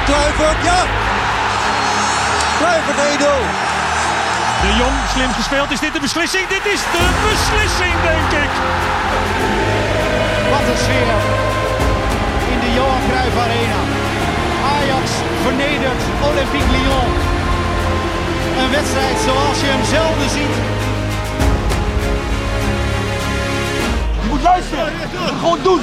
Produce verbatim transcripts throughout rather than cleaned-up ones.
Kluivert, ja! Kluivert één nul. De Jong, slim gespeeld. Is dit de beslissing? Dit is de beslissing, denk ik. Wat een sfeer in de Johan Cruijff Arena. Ajax vernedert Olympique Lyon. Een wedstrijd zoals je hem zelden ziet. Je moet luisteren. Gewoon doen.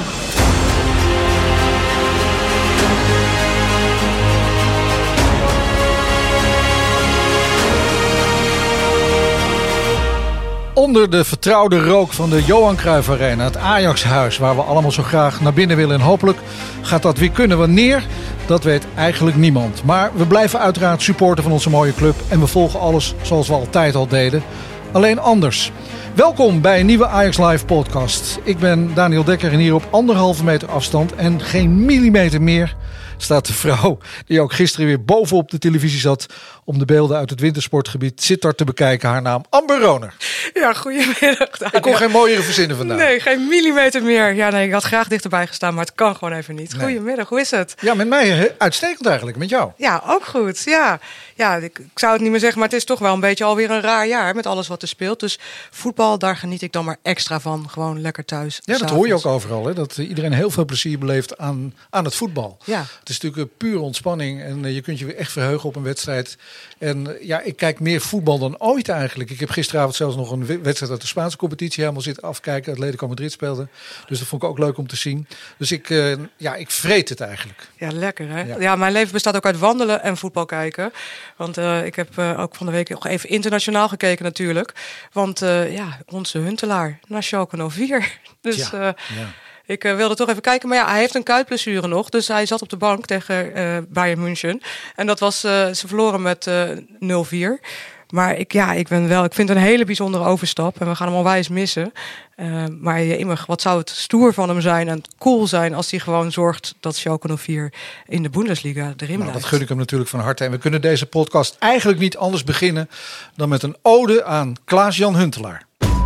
Onder de vertrouwde rook van de Johan Cruijff Arena, het Ajax-huis waar we allemaal zo graag naar binnen willen. En hopelijk gaat dat weer kunnen. Wanneer, dat weet eigenlijk niemand. Maar we blijven uiteraard supporter van onze mooie club. En we volgen alles zoals we altijd al deden. Alleen anders. Welkom bij een nieuwe Ajax Live podcast. Ik ben Daniel Dekker en hier op anderhalve meter afstand en geen millimeter meer staat de vrouw die ook gisteren weer bovenop de televisie zat om de beelden uit het wintersportgebied Sittard te bekijken. Haar naam Amber Roner. Ja, goedemiddag. Daniel. Ik kon geen mooiere verzinnen vandaag. Nee, geen millimeter meer. Ja, nee, ik had graag dichterbij gestaan, maar het kan gewoon even niet. Nee. Goedemiddag, hoe is het? Ja, met mij uitstekend eigenlijk. Met jou? Ja, ook goed. Ja, ja ik, ik zou het niet meer zeggen, maar het is toch wel een beetje alweer een raar jaar met alles wat er speelt. Dus voetbal, daar geniet ik dan maar extra van. Gewoon lekker thuis. Ja, dat hoor je ook overal. Hè? Dat iedereen heel veel plezier beleeft aan, aan het voetbal. Ja. Het is natuurlijk een pure ontspanning en uh, je kunt je weer echt verheugen op een wedstrijd. En uh, ja, ik kijk meer voetbal dan ooit eigenlijk. Ik heb gisteravond zelfs nog een wedstrijd uit de Spaanse competitie helemaal zitten afkijken. Atletico Madrid speelde. Dus dat vond ik ook leuk om te zien. Dus ik, uh, ja, ik vreet het eigenlijk. Ja, lekker hè? Ja. Ja, mijn leven bestaat ook uit wandelen en voetbal kijken. Want uh, ik heb uh, ook van de week nog even internationaal gekeken natuurlijk. Want uh, ja, onze Huntelaar naar Schalke nul vier. Dus Ja, uh, ja. ik uh, wilde toch even kijken. Maar ja, hij heeft een kuitblessure nog. Dus hij zat op de bank tegen uh, Bayern München. En dat was, uh, ze verloren met uh, nul vier. Maar ik, ja, ik, ben wel, ik vind het een hele bijzondere overstap. En we gaan hem onwijs missen. Uh, maar jemig, wat zou het stoer van hem zijn en cool zijn als hij gewoon zorgt dat Schalke nul vier in de Bundesliga erin Nou, blijft. dat gun ik hem natuurlijk van harte. En we kunnen deze podcast eigenlijk niet anders beginnen dan met een ode aan Klaas-Jan Huntelaar.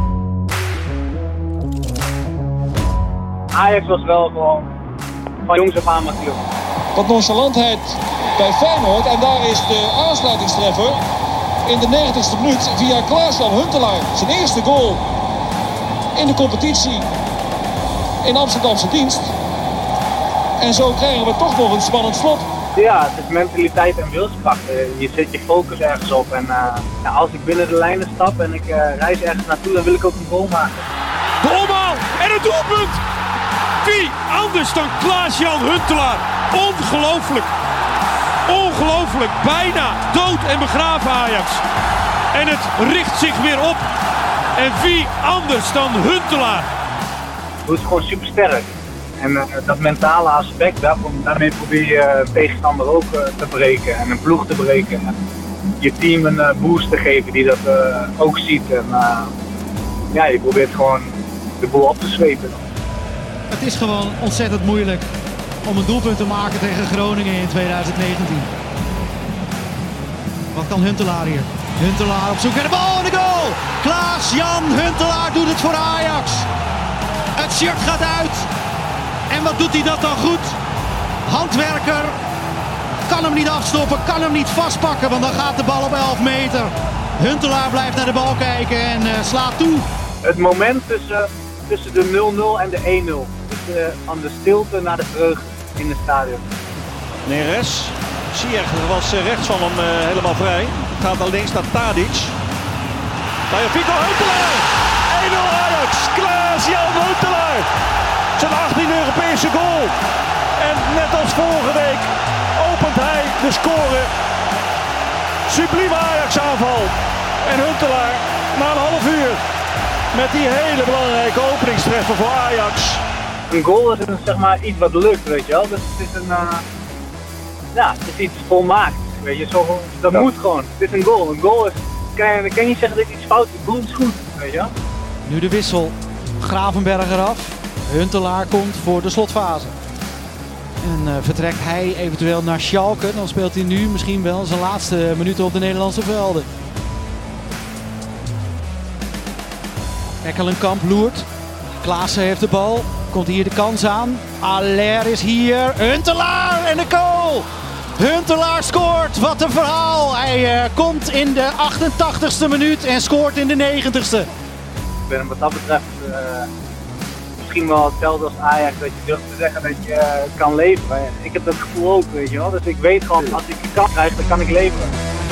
Ajax was wel gewoon van jongs af aan natuurlijk. Wat nonchalantheid bij Feyenoord. En daar is de aansluitingstreffer in de negentigste minuut via Klaas-Jan Huntelaar. Zijn eerste goal in de competitie in Amsterdamse dienst. En zo krijgen we toch nog een spannend slot. Ja, het is mentaliteit en wilskracht. Je zet je focus ergens op. En uh, ja, als ik binnen de lijnen stap en ik uh, reis ergens naartoe, dan wil ik ook een goal maken. De omhaal en het doelpunt. Wie anders dan Klaas-Jan Huntelaar? Ongelooflijk. Ongelooflijk. Bijna dood en begraven Ajax. En het richt zich weer op. En wie anders dan Huntelaar? Het is gewoon super sterk. En uh, dat mentale aspect, daarvoor, daarmee probeer je uh, tegenstander ook uh, te breken en een ploeg te breken. En je team een uh, boost te geven die dat uh, ook ziet. En uh, ja, je probeert gewoon de boel op te zwepen. Het is gewoon ontzettend moeilijk om een doelpunt te maken tegen Groningen in twintig negentien. Wat kan Huntelaar hier? Huntelaar op zoek naar de bal en de goal! Klaas-Jan Huntelaar doet het voor Ajax. Het shirt gaat uit. En wat doet hij dat dan goed? Handwerker. Kan hem niet afstoppen, kan hem niet vastpakken, want dan gaat de bal op elf meter. Huntelaar blijft naar de bal kijken en uh, slaat toe. Het moment tussen, tussen de nul nul en de één nul. Dus uh, van de stilte naar de vreugde in het stadion. Neres. Ziyech was rechts van hem uh, helemaal vrij. Gaat naar links naar Tadic. Tagliafico, Huntelaar. één nul Ajax. Klaas-Jan Huntelaar. Zijn achttiende Europese goal. En net als vorige week opent hij de score. Sublieme Ajax aanval. En Huntelaar na een half uur met die hele belangrijke openingstreffer voor Ajax. Een goal is een, zeg maar iets wat lukt, weet je wel. Dus het is een, uh, ja, het is iets volmaakt, weet je. Zo, dat ja. moet gewoon. Het is een goal. Een goal is, kan je, kan je niet zeggen dat iets fout is. Een goal is goed, weet je wel. Nu de wissel. Gravenberg eraf. Huntelaar komt voor de slotfase. En uh, vertrekt hij eventueel naar Schalke. Dan speelt hij nu misschien wel zijn laatste minuten op de Nederlandse velden. Ekkelenkamp loert. Klaassen heeft de bal. Komt hier de kans aan. Aller is hier. Huntelaar en de goal. Huntelaar scoort. Wat een verhaal. Hij uh, komt in de achtentachtigste minuut en scoort in de negentigste. Ik ben wat dat betreft uh, misschien wel hetzelfde als Ajax. Dat je durft te zeggen dat je uh, kan leveren. Ik heb dat gevoel ook, weet je wel. Dus ik weet gewoon, als ik een kans krijg, dan kan ik leveren.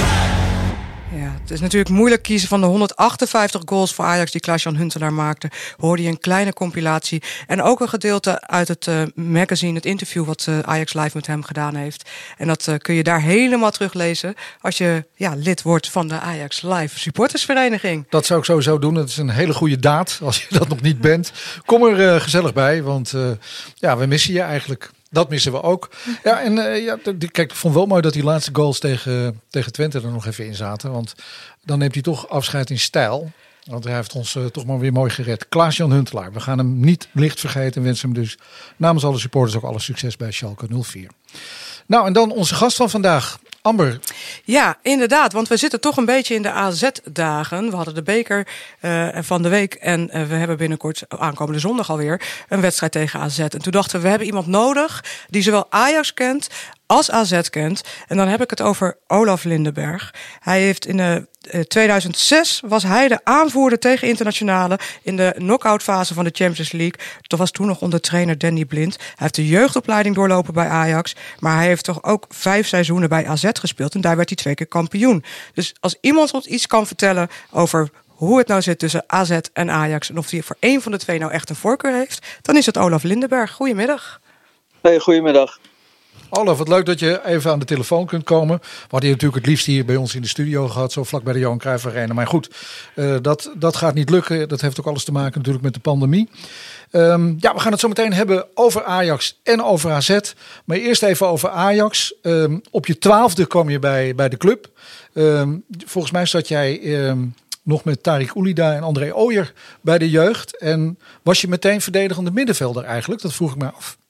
Ja, het is natuurlijk moeilijk kiezen van de honderdachtenvijftig goals voor Ajax die Klaas-Jan Huntelaar maakte. Hoorde je een kleine compilatie en ook een gedeelte uit het uh, magazine, het interview wat uh, Ajax Live met hem gedaan heeft. En dat uh, kun je daar helemaal teruglezen als je ja, lid wordt van de Ajax Live supportersvereniging. Dat zou ik sowieso doen. Dat is een hele goede daad als je dat nog niet bent. Kom er uh, gezellig bij, want uh, ja, we missen je eigenlijk. Dat missen we ook. Ja, en uh, ja, kijk, ik vond wel mooi dat die laatste goals tegen, tegen Twente er nog even in zaten. Want dan neemt hij toch afscheid in stijl. Want hij heeft ons uh, toch maar weer mooi gered. Klaas-Jan Huntelaar. We gaan hem niet licht vergeten en wensen hem dus namens alle supporters ook alle succes bij Schalke nul vier. Nou, en dan onze gast van vandaag, Amber. Ja, inderdaad, want we zitten toch een beetje in de A Z-dagen. We hadden de beker uh, van de week en uh, we hebben binnenkort, aankomende zondag alweer, een wedstrijd tegen A Z. En toen dachten we, we hebben iemand nodig die zowel Ajax kent als A Z kent. En dan heb ik het over Olaf Lindenberg. Hij heeft in de uh, tweeduizend zes was hij de aanvoerder tegen Internationale in de knock-out fase van de Champions League. Dat was toen nog onder trainer Danny Blind. Hij heeft de jeugdopleiding doorlopen bij Ajax, maar hij heeft toch ook vijf seizoenen bij A Z gespeeld en daar werd hij twee keer kampioen. Dus als iemand ons iets kan vertellen over hoe het nou zit tussen A Z en Ajax en of hij voor één van de twee nou echt een voorkeur heeft, dan is het Olaf Lindenberg. Goedemiddag. Hey, goedemiddag. Olaf, wat leuk dat je even aan de telefoon kunt komen. We hadden je natuurlijk het liefst hier bij ons in de studio gehad, zo vlak bij de Johan Cruijff Arena. Maar goed, uh, dat, dat gaat niet lukken. Dat heeft ook alles te maken natuurlijk met de pandemie. Um, ja, we gaan het zo meteen hebben over Ajax en over A Z. Maar eerst even over Ajax. Um, op je twaalfde kwam je bij, bij de club. Um, volgens mij zat jij um, nog met Tariq Oulida en André Ooyer bij de jeugd. En was je meteen verdedigende middenvelder eigenlijk? Dat vroeg ik me af.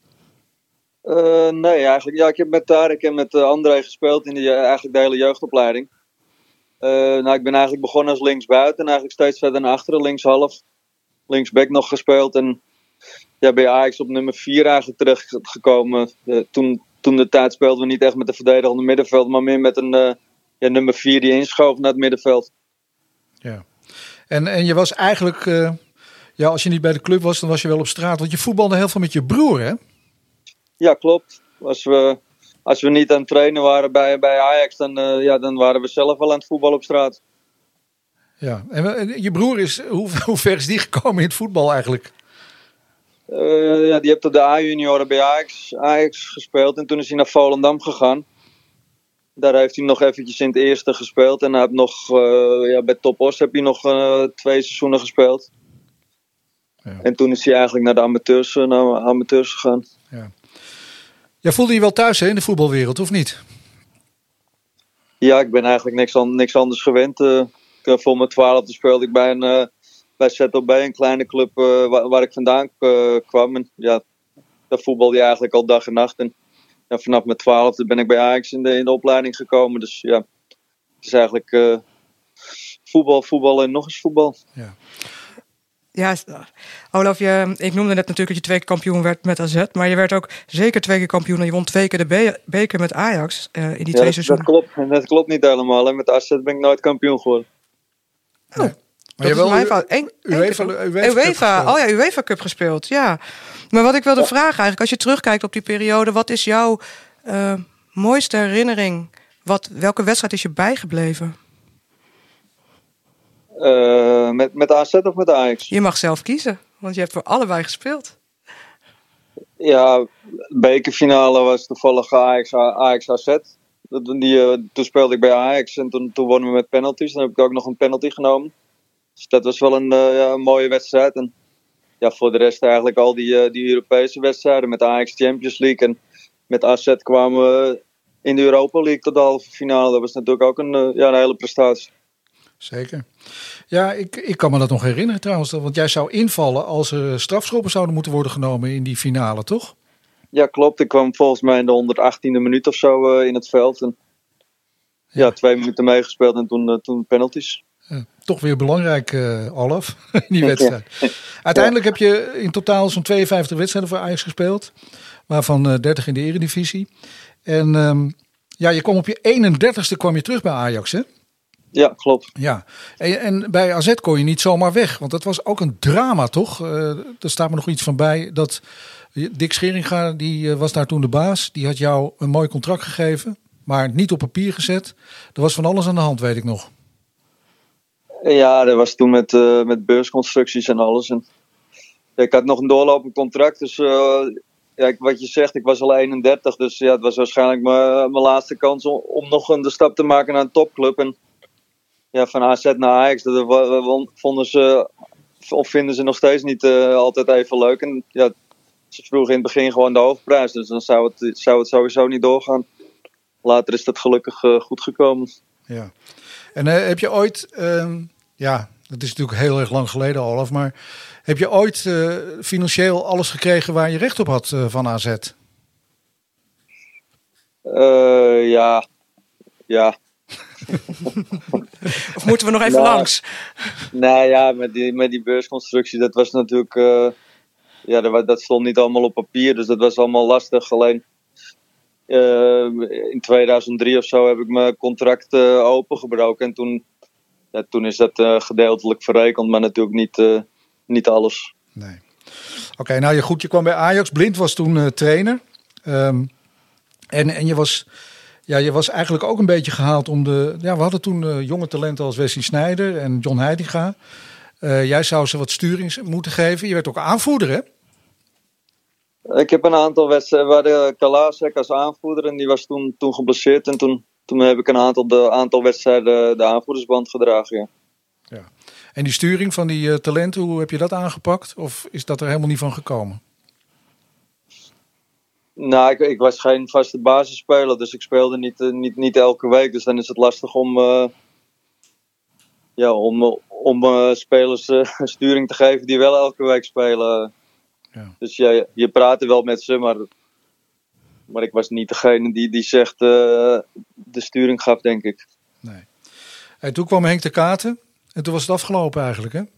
Uh, nee, eigenlijk. Ja, ik heb met Tariq en met uh, André gespeeld in de, eigenlijk de hele jeugdopleiding. Uh, nou, ik ben eigenlijk begonnen als linksbuiten en eigenlijk steeds verder naar achteren, linkshalf. Linksback nog gespeeld en ja, bij Ajax op nummer vier eigenlijk terechtgekomen. Uh, toen, toen de tijd speelden we niet echt met de verdedigende middenveld, maar meer met een uh, ja, nummer vier die inschoof naar het middenveld. Ja, en, en je was eigenlijk, uh, ja, als je niet bij de club was, dan was je wel op straat. Want je voetbalde heel veel met je broer, hè? Ja, klopt. Als we, als we niet aan het trainen waren bij, bij Ajax, dan, uh, ja, dan waren we zelf wel aan het voetballen op straat. Ja, en je broer is, hoe, hoe ver is die gekomen in het voetbal eigenlijk? Uh, ja, die heeft op de A-junioren bij Ajax, Ajax gespeeld en toen is hij naar Volendam gegaan. Daar heeft hij nog eventjes in het eerste gespeeld en hij heeft nog, uh, ja, bij Top Os heb hij nog uh, twee seizoenen gespeeld. Ja. En toen is hij eigenlijk naar de amateurs, uh, naar amateurs gegaan. Ja. Ja, voelde je wel thuis, hè, in de voetbalwereld, of niet? Ja, ik ben eigenlijk niks, an- niks anders gewend. Uh, voor mijn twaalfde speelde ik bij, een, uh, bij Z O B, een kleine club uh, waar, waar ik vandaan uh, kwam. En ja, daar voetbalde je eigenlijk al dag en nacht. En ja, vanaf mijn twaalfde ben ik bij Ajax in de, in de opleiding gekomen. Dus ja, het is eigenlijk uh, voetbal, voetbal en nog eens voetbal. Ja. Ja, Olaf, je, ik noemde net natuurlijk dat je twee keer kampioen werd met A Z. Maar je werd ook zeker twee keer kampioen en je won twee keer de be- beker met Ajax uh, in die ja, twee dat, seizoenen. Dat klopt, dat klopt niet helemaal. Hè. Met A Z ben ik nooit kampioen geworden. Oh, nee. Maar je wel mijn fout. Eén, UEFA, Eén UEFA, UEFA, oh ja, UEFA Cup gespeeld, ja. Maar wat ik wilde ja. vragen eigenlijk, als je terugkijkt op die periode, wat is jouw uh, mooiste herinnering? Wat, welke wedstrijd is je bijgebleven? Uh, met, met A Z of met Ajax? Je mag zelf kiezen, want je hebt voor allebei gespeeld. Ja, bekerfinale was toevallig Ajax, Ajax A Z. Die, uh, toen speelde ik bij Ajax en toen, toen wonnen we met penalties. Dan heb ik ook nog een penalty genomen. Dus dat was wel een, uh, ja, een mooie wedstrijd. En ja, voor de rest eigenlijk al die, uh, die Europese wedstrijden met Ajax Champions League. En met A Z kwamen we in de Europa League tot de halve finale. Dat was natuurlijk ook een, uh, ja, een hele prestatie. Zeker. Ja, ik, ik kan me dat nog herinneren trouwens. Want jij zou invallen als er strafschoppen zouden moeten worden genomen in die finale, toch? Ja, klopt. Ik kwam volgens mij in de honderdachttiende minuut of zo uh, in het veld. En ja, ja, twee minuten meegespeeld en toen, uh, toen penalties. Ja, toch weer belangrijk, uh, Olaf, in die wedstrijd. Ja. Uiteindelijk heb je in totaal zo'n tweeënvijftig wedstrijden voor Ajax gespeeld. Waarvan uh, dertig in de Eredivisie. En um, Ja, je kwam op je eenendertigste kwam je terug bij Ajax, hè? Ja, klopt. Ja, en, en bij A Z kon je niet zomaar weg. Want dat was ook een drama, toch? Uh, er staat me nog iets van bij dat Dick Scheringa, die uh, was daar toen de baas. Die had jou een mooi contract gegeven, maar niet op papier gezet. Er was van alles aan de hand, weet ik nog. Ja, dat was toen met, uh, met beursconstructies en alles. En, ja, ik had nog een doorlopend contract, dus uh, ja, wat je zegt, ik was al eenendertig. Dus ja, het was waarschijnlijk mijn laatste kans om, om nog een de stap te maken naar een topclub. En ja, van A Z naar Ajax, dat vonden ze, of vinden ze nog steeds niet uh, altijd even leuk. En ja, ze vroegen in het begin gewoon de hoofdprijs, dus dan zou het, zou het sowieso niet doorgaan. Later is dat gelukkig uh, goed gekomen. Ja. En uh, heb je ooit, uh, ja, dat is natuurlijk heel erg lang geleden, Olaf, maar heb je ooit uh, financieel alles gekregen waar je recht op had uh, van A Z? Uh, ja, ja. Of moeten we nog even nou, langs? Nou ja, met die, met die beursconstructie, dat was natuurlijk, uh, ja, dat, dat stond niet allemaal op papier, dus dat was allemaal lastig. Alleen uh, in tweeduizend drie of zo heb ik mijn contract uh, opengebroken en toen, ja, toen is dat uh, gedeeltelijk verrekend, maar natuurlijk niet, uh, niet alles. Nee. Oké, okay, nou ja, goed, je kwam bij Ajax. Blind was toen uh, trainer. Um, en, en je was... Ja, je was eigenlijk ook een beetje gehaald om de... Ja, we hadden toen uh, jonge talenten als Wesley Sneijder en John Heitinga. Uh, jij zou ze wat sturing moeten geven. Je werd ook aanvoerder, hè? Ik heb een aantal wedstrijden... We hadden Kalasek als aanvoerder en die was toen, toen geblesseerd. En toen, toen heb ik een aantal, de, aantal wedstrijden de aanvoerdersband gedragen, ja. Ja. En die sturing van die uh, talenten, hoe heb je dat aangepakt? Of is dat er helemaal niet van gekomen? Nou, ik, ik was geen vaste basisspeler, dus ik speelde niet, uh, niet, niet elke week. Dus dan is het lastig om, uh, ja, om, om uh, spelers uh, sturing te geven die wel elke week spelen. Ja. Dus ja, je, je praatte wel met ze, maar, maar ik was niet degene die, die zegt uh, de sturing gaf, denk ik. Nee. En toen kwam Henk de Katen en toen was het afgelopen eigenlijk, hè?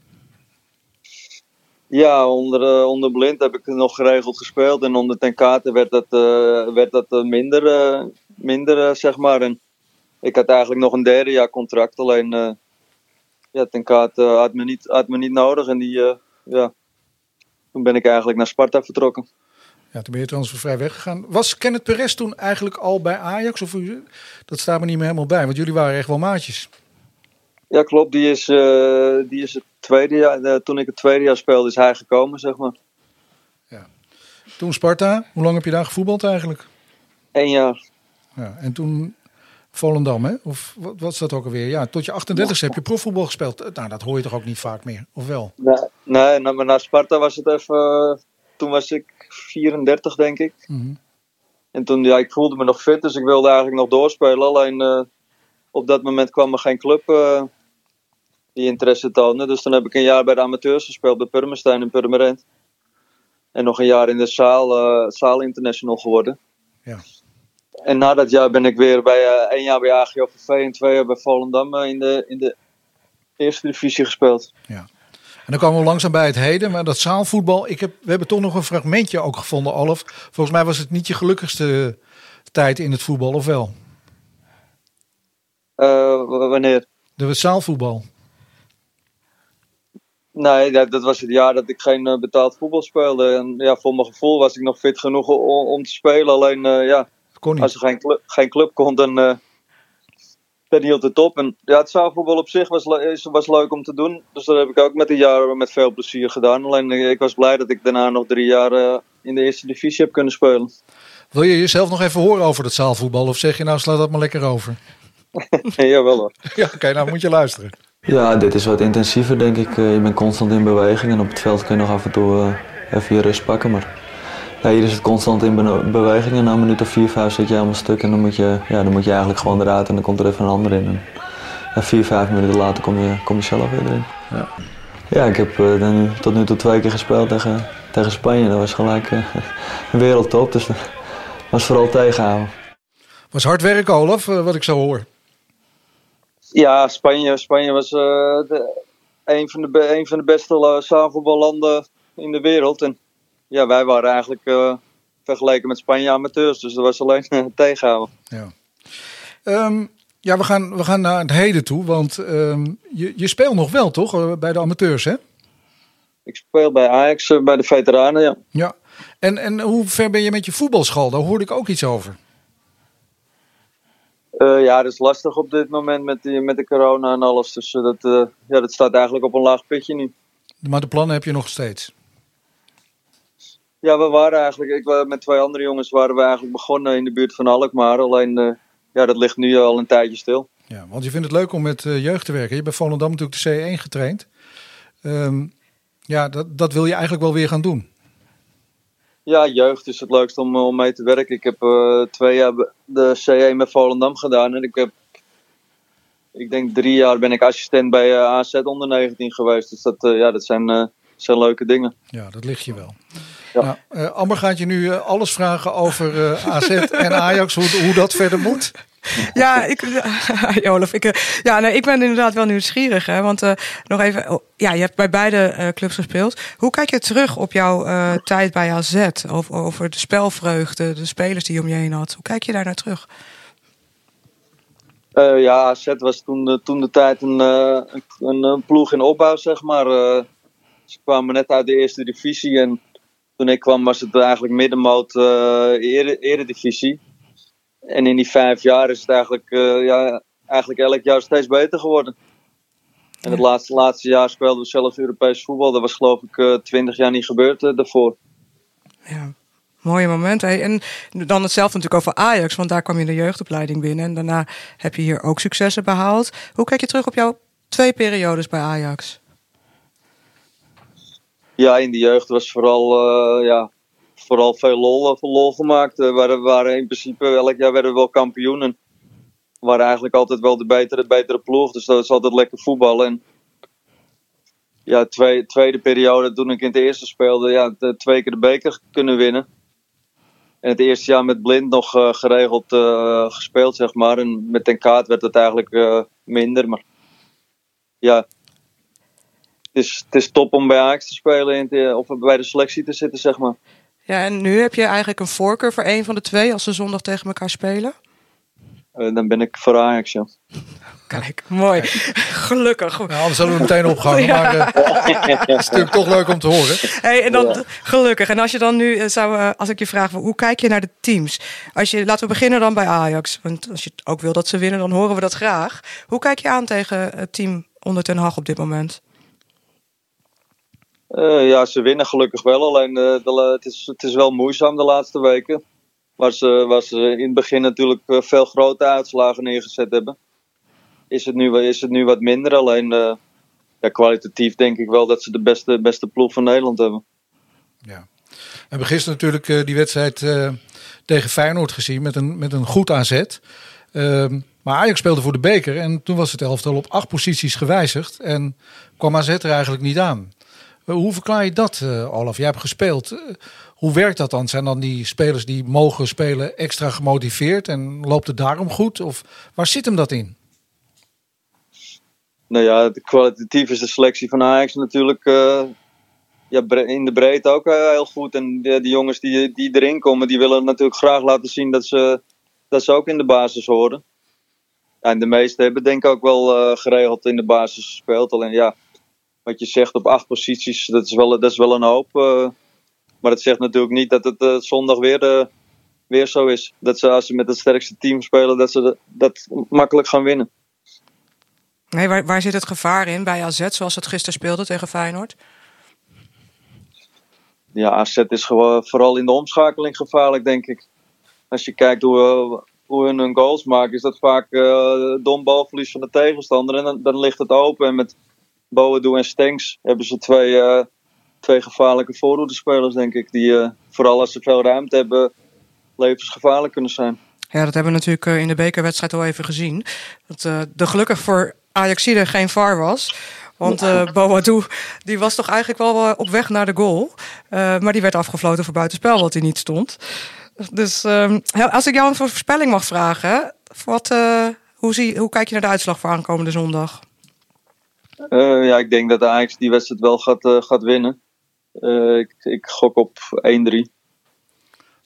Ja, onder, uh, onder Blind heb ik nog geregeld gespeeld. En onder Ten Kate werd dat, uh, werd dat uh, minder, uh, minder uh, zeg maar. En ik had eigenlijk nog een derde jaar contract. Alleen, uh, ja, Ten Kate uh, had, me niet, had me niet nodig. En die, uh, ja, toen ben ik eigenlijk naar Sparta vertrokken. Ja, toen ben je transfervrij weggegaan. Was Kenneth Perez toen eigenlijk al bij Ajax? Of dat staat me niet meer helemaal bij, want jullie waren echt wel maatjes. Ja, klopt. Die is, uh, die is het tweede jaar, uh, toen ik het tweede jaar speelde, is hij gekomen, zeg maar. Ja. Toen Sparta, hoe lang heb je daar gevoetbald eigenlijk? Eén jaar. Ja, en toen Volendam, hè? Of wat was dat ook alweer? Ja, tot je achtendertigste heb je profvoetbal gespeeld. Nou, dat hoor je toch ook niet vaak meer, of wel? Nee, nee nou, maar na Sparta was het even... Uh, toen was ik vierendertig, denk ik. Mm-hmm. En toen, ja, ik voelde me nog fit, dus ik wilde eigenlijk nog doorspelen. Alleen uh, op dat moment kwam er geen club... Uh, die interesse toonde. Dus toen heb ik een jaar bij de amateurs gespeeld bij Purmerstein en Purmerend. En nog een jaar in de zaal, uh, zaal international geworden. Ja. En na dat jaar ben ik weer bij uh, één jaar bij A G O V V en twee jaar bij Volendam uh, in, de, in de eerste divisie gespeeld. Ja. En dan kwamen we langzaam bij het heden, maar dat zaalvoetbal, ik heb, we hebben toch nog een fragmentje ook gevonden, Olaf. Volgens mij was het niet je gelukkigste tijd in het voetbal, of wel? Uh, wanneer? De zaalvoetbal. Nee, dat, dat was het jaar dat ik geen uh, betaald voetbal speelde. En ja, voor mijn gevoel was ik nog fit genoeg om, om te spelen. Alleen uh, ja, als er geen club, geen club kon, dan, uh, dan hield het op. En ja, het zaalvoetbal op zich was, le- was leuk om te doen. Dus dat heb ik ook met de jaren met veel plezier gedaan. Alleen uh, ik was blij dat ik daarna nog drie jaar uh, in de eerste divisie heb kunnen spelen. Wil je jezelf nog even horen over het zaalvoetbal? Of zeg je nou, sla dat maar lekker over? Jawel hoor. Ja, oké, okay, nou moet je luisteren. Ja, dit is wat intensiever, denk ik. Je bent constant in beweging en op het veld kun je nog af en toe uh, even je rust pakken. Maar ja, hier is het constant in be- beweging en na een minuut of vier, vijf zit je helemaal stuk. En dan moet je, ja, dan moet je eigenlijk gewoon eruit en dan komt er even een ander in. En ja, vier, vijf minuten later kom je, kom je zelf weer erin. Ja, ja ik heb uh, nu, tot nu toe twee keer gespeeld tegen, tegen Spanje. Dat was gelijk uh, een wereldtop, dus dat was vooral tegenhouden. Was hard werk, Olaf, uh, wat ik zo hoor. Ja, Spanje, Spanje was uh, de, een, van de be- een van de beste uh, zaalvoetballanden in de wereld. En ja, wij waren eigenlijk uh, vergeleken met Spanje amateurs, dus dat was alleen uh, tegenhouden. Ja. Um, ja, we gaan, we gaan naar het heden toe, want um, je, je speelt nog wel, toch? Bij de amateurs, hè? Ik speel bij Ajax, uh, bij de veteranen, ja. Ja. En, en hoe ver ben je met je voetbalschool? Daar hoorde ik ook iets over. Uh, ja, dat is lastig op dit moment met, die, met de corona en alles. Dus uh, dat, uh, ja, dat staat eigenlijk op een laag pitje nu. Maar de plannen heb je nog steeds? Ja, we waren eigenlijk, ik, met twee andere jongens waren we eigenlijk begonnen in de buurt van Alkmaar. Alleen, uh, ja, dat ligt nu al een tijdje stil. Ja, want je vindt het leuk om met uh, jeugd te werken. Je hebt bij Volendam natuurlijk de C één getraind. Um, ja, dat, dat wil je eigenlijk wel weer gaan doen. Ja, jeugd is het leukste om, om mee te werken. Ik heb uh, twee jaar de C één met Volendam gedaan. En ik heb, ik denk drie jaar ben ik assistent bij uh, A Z onder negentien geweest. Dus dat, uh, ja, dat zijn, uh, zijn leuke dingen. Ja, dat ligt je wel. Ja. Nou, uh, Amber gaat je nu uh, alles vragen over uh, A Z en Ajax, hoe, hoe dat verder moet. Ja, ik, ja, Olaf, ik, ja, nee, ik ben inderdaad wel nieuwsgierig. Hè, want uh, nog even, oh, ja, je hebt bij beide uh, clubs gespeeld. Hoe kijk je terug op jouw uh, tijd bij A Z? Over, over de spelvreugde, de spelers die je om je heen had. Hoe kijk je daar naar terug? Uh, ja, A Z was toen, uh, toen de tijd een, uh, een, een ploeg in opbouw, zeg maar. Uh, ze kwamen net uit de eerste divisie. En toen ik kwam was het eigenlijk middenmoot uh, ere, eredivisie. En in die vijf jaar is het eigenlijk, uh, ja, eigenlijk elk jaar steeds beter geworden. En het laatste, laatste jaar speelden we zelfs Europees voetbal. Dat was geloof ik uh, twintig jaar niet gebeurd uh, daarvoor. Ja, mooie moment. Hè? En dan hetzelfde natuurlijk over Ajax. Want daar kwam je in de jeugdopleiding binnen. En daarna heb je hier ook successen behaald. Hoe kijk je terug op jouw twee periodes bij Ajax? Ja, in de jeugd was vooral... Uh, ja, Vooral veel lol, veel lol gemaakt. We waren, waren in principe elk jaar werden we wel kampioen. We waren eigenlijk altijd wel de betere, betere ploeg. Dus dat was altijd lekker voetballen. En ja, twee, tweede periode toen ik in het eerste speelde, ja, de, twee keer de beker kunnen winnen. En het eerste jaar met Blind nog uh, geregeld uh, gespeeld, zeg maar. En met Ten Kaat werd het eigenlijk uh, minder. Maar ja, het is, het is top om bij Ajax te spelen in de, of bij de selectie te zitten, zeg maar. Ja, en nu heb je eigenlijk een voorkeur voor een van de twee als ze zondag tegen elkaar spelen? Uh, dan ben ik voor Ajax, ja. Kijk, mooi. Gelukkig. Nou, anders zullen we meteen opgaan. Ja. Maar uh, het is natuurlijk toch leuk om te horen. Hey, en dan, ja. Gelukkig. En als je dan nu zou, uh, als ik je vraag, hoe kijk je naar de teams? Als je, laten we beginnen dan bij Ajax. Want als je ook wil dat ze winnen, dan horen we dat graag. Hoe kijk je aan tegen het team onder Ten Hag op dit moment? Uh, ja, ze winnen gelukkig wel. Alleen uh, de, het, is, het is wel moeizaam de laatste weken. Waar ze, waar ze in het begin natuurlijk veel grote uitslagen neergezet hebben. Is het nu, is het nu wat minder. Alleen uh, ja, kwalitatief denk ik wel dat ze de beste, beste ploeg van Nederland hebben. Ja. We hebben gisteren natuurlijk uh, die wedstrijd uh, tegen Feyenoord gezien met een, met een goed A Z. Uh, maar Ajax speelde voor de beker en toen was het elftal op acht posities gewijzigd. En kwam A Z er eigenlijk niet aan. Hoe verklaar je dat, uh, Olaf? Jij hebt gespeeld. Uh, hoe werkt dat dan? Zijn dan die spelers die mogen spelen extra gemotiveerd en loopt het daarom goed? Of waar zit hem dat in? Nou ja, kwalitatief is de selectie van Ajax natuurlijk uh, ja, in de breedte ook uh, heel goed. En de, de jongens die, die erin komen, die willen natuurlijk graag laten zien dat ze, dat ze ook in de basis horen. Ja, en de meesten hebben denk ik ook wel uh, geregeld in de basis gespeeld. Alleen ja... Wat je zegt op acht posities, dat is wel, dat is wel een hoop. Uh, maar dat zegt natuurlijk niet dat het uh, zondag weer, uh, weer zo is. Dat ze als ze met het sterkste team spelen, dat ze de, dat makkelijk gaan winnen. Nee, waar, waar zit het gevaar in bij A Z, zoals het gisteren speelde tegen Feyenoord? Ja, A Z is gewoon vooral in de omschakeling gevaarlijk, denk ik. Als je kijkt hoe, uh, hoe hun hun goals maken, is dat vaak uh, dom balverlies van de tegenstander. En dan, dan ligt het open en met... Boadu en Stenks hebben ze twee, uh, twee gevaarlijke voorhoedespelers, denk ik. Die uh, vooral als ze veel ruimte hebben, levensgevaarlijk kunnen zijn. Ja, dat hebben we natuurlijk uh, in de bekerwedstrijd al even gezien. Dat uh, er gelukkig voor Ajaxide geen V A R was. Want uh, Boadu die was toch eigenlijk wel uh, op weg naar de goal. Uh, maar die werd afgefloten voor buitenspel, wat hij niet stond. Dus uh, als ik jou een voorspelling mag vragen. Wat, uh, hoe, zie, hoe kijk je naar de uitslag voor aankomende zondag? Uh, ja, ik denk dat de Ajax die wedstrijd wel gaat, uh, gaat winnen. Uh, ik, ik gok op één drie.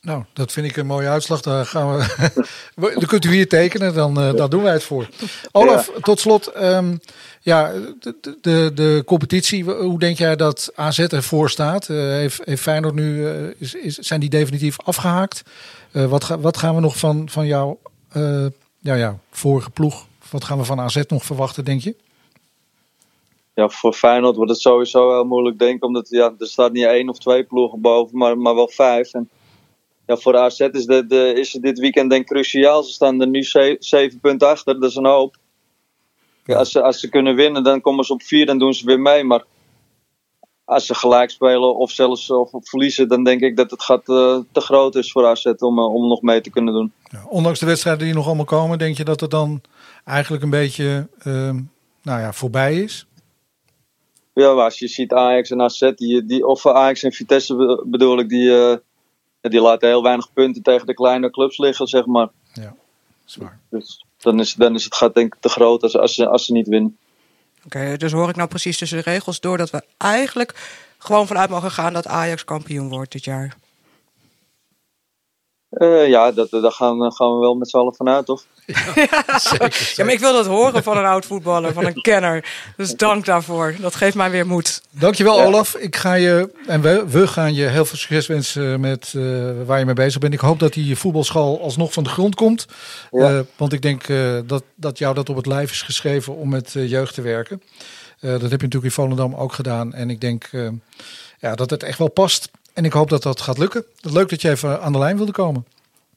Nou, dat vind ik een mooie uitslag. Daar gaan we. Dan kunt u hier tekenen, dan uh, daar doen wij het voor. Olaf, ja. tot slot. Um, ja, de, de, de competitie. Hoe denk jij dat A Z ervoor staat? Uh, heeft, heeft Feyenoord nu? Uh, is, is, zijn die definitief afgehaakt? Uh, wat, ga, wat gaan we nog van, van jouw uh, ja, ja, vorige ploeg? Wat gaan we van A Z nog verwachten, denk je? Ja, voor Feyenoord wordt het sowieso heel moeilijk, denk ik. Omdat ja, er staat niet één of twee ploegen boven, maar, maar wel vijf. En ja, voor de A Z is, de, de, is het dit weekend denk ik cruciaal. Ze staan er nu ze, zeven punten achter, dat is een hoop. Ja, als, ze, als ze kunnen winnen, dan komen ze op vier, dan doen ze weer mee. Maar als ze gelijk spelen of zelfs of, of verliezen, dan denk ik dat het gaat, uh, te groot is voor A Z om, uh, om nog mee te kunnen doen. Ja, ondanks de wedstrijden die nog allemaal komen, denk je dat het dan eigenlijk een beetje uh, nou ja, voorbij is? Ja, als je ziet Ajax en A Z, die, die, of Ajax en Vitesse bedoel ik, die, uh, die laten heel weinig punten tegen de kleine clubs liggen, zeg maar. Ja, zwaar. Dus dan is, dan is het gaat denk ik te groot als, als, ze, als ze niet winnen. Oké, okay, dus hoor ik nou precies tussen de regels door dat we eigenlijk gewoon vanuit mogen gaan dat Ajax kampioen wordt dit jaar? Uh, ja, dat, daar gaan, gaan we wel met z'n allen vanuit, toch? Ja, ja, zeker, ja, maar ik wil dat horen van een oud voetballer, van een kenner. Dus dank daarvoor. Dat geeft mij weer moed. Dankjewel, ja. Olaf. Ik ga je, en we, we gaan je heel veel succes wensen met uh, waar je mee bezig bent. Ik hoop dat die voetbalschool alsnog van de grond komt. Ja. Uh, want ik denk uh, dat, dat jou dat op het lijf is geschreven om met uh, jeugd te werken. Uh, dat heb je natuurlijk in Volendam ook gedaan. En ik denk uh, ja, dat het echt wel past. En ik hoop dat dat gaat lukken. Leuk dat je even aan de lijn wilde komen.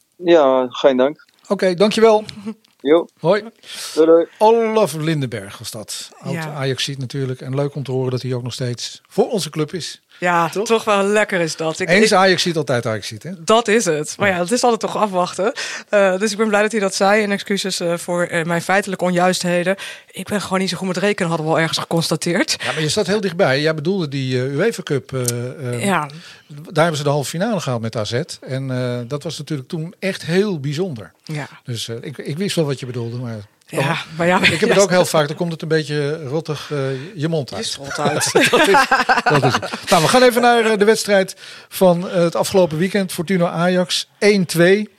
Ja, geen dank. Oké, okay, dankjewel. Jo. Hoi. Doei, doei. Olaf Lindenberg was dat. Oud ja. Ajaxiet natuurlijk. En leuk om te horen dat hij ook nog steeds voor onze club is. Ja, toch, toch wel lekker is dat. Ik, Eens Ajaxiet, altijd Ajaxiet, hè? Dat is het. Maar ja, het is altijd toch afwachten. Uh, dus ik ben blij dat hij dat zei. En excuses uh, voor uh, mijn feitelijke onjuistheden. Ik ben gewoon niet zo goed met rekenen, hadden we al ergens geconstateerd. Ja, maar je staat heel dichtbij. Jij bedoelde die uh, UEFA Cup. Uh, uh, ja. Daar hebben ze de halve finale gehaald met A Z. En uh, dat was natuurlijk toen echt heel bijzonder. Ja. Dus uh, ik, ik wist wel wat je bedoelde, maar... Ja, maar ja, ik heb het ook heel vaak, dan komt het een beetje rottig uh, je mond uit. Je strot uit. dat, is, dat is het. Nou, we gaan even naar de wedstrijd van uh, het afgelopen weekend. Fortuna Ajax één twee.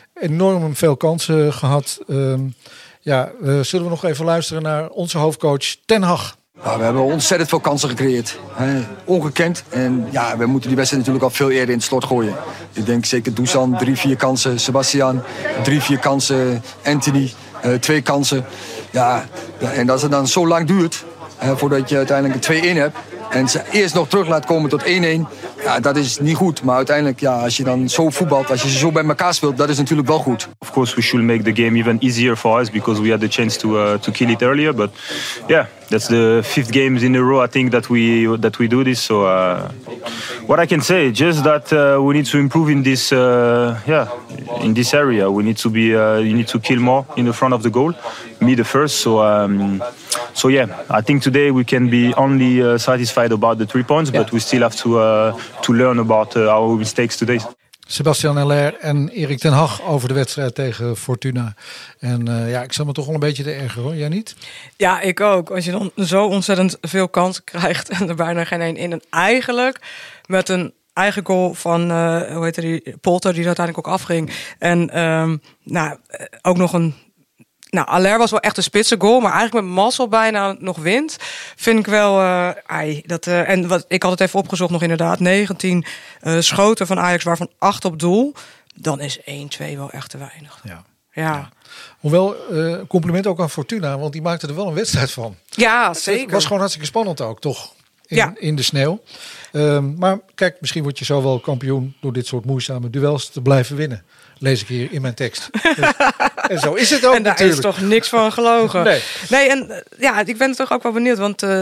Enorm veel kansen gehad. Um, ja, uh, zullen we nog even luisteren naar onze hoofdcoach Ten Hag. Nou, we hebben ontzettend veel kansen gecreëerd. He, ongekend. En ja, we moeten die wedstrijd natuurlijk al veel eerder in het slot gooien. Ik denk zeker Dusan, drie, vier kansen. Sebastian, drie, vier kansen. Anthony, uh, twee kansen. Ja, en als het dan zo lang duurt, uh, voordat je uiteindelijk een twee-één hebt... en ze eerst nog terug laat komen tot één-één... ja, dat is niet goed. Maar uiteindelijk, ja, als je dan zo voetbalt, als je ze zo bij elkaar speelt, dat is natuurlijk wel goed. Of course, we should make the game even easier for us because we had the chance to uh, to kill it earlier. But yeah, that's the fifth games in a row I think that we that we do this. So uh, what I can say, just that uh, we need to improve in this uh, yeah in this area. We need to be uh, you need to kill more in the front of the goal. Me the first. So um, so yeah, I think today we can be only uh, satisfied about the three points, yeah. But we still have to uh, to learn about uh, our mistakes today. Sebastian Haller en Erik ten Hag over de wedstrijd tegen Fortuna. En uh, ja, ik zat me toch wel een beetje te ergeren, hoor. Jij niet? Ja, ik ook. Als je dan zo ontzettend veel kansen krijgt en er bijna geen één in. En eigenlijk met een eigen goal van, uh, hoe heet die, Polter, die uiteindelijk ook afging. En um, nou, ook nog een... Nou, Haller was wel echt een spitse goal, maar eigenlijk met mazzel bijna nog wint. Vind ik wel... Uh, ai, dat, uh, en wat ik had het even opgezocht nog inderdaad. negentien uh, schoten van Ajax, waarvan acht op doel. Dan is één twee wel echt te weinig. Ja. Ja. Ja. Hoewel, uh, compliment ook aan Fortuna, want die maakte er wel een wedstrijd van. Ja, zeker. Het was gewoon hartstikke spannend ook, toch? In, ja. in de sneeuw. Um, maar kijk, misschien word je zo wel kampioen door dit soort moeizame duels te blijven winnen. Lees ik hier in mijn tekst. Dus, en zo is het ook. En daar natuurlijk. is toch niks van gelogen. Nee. Nee, en ja, ik ben er toch ook wel benieuwd, want uh,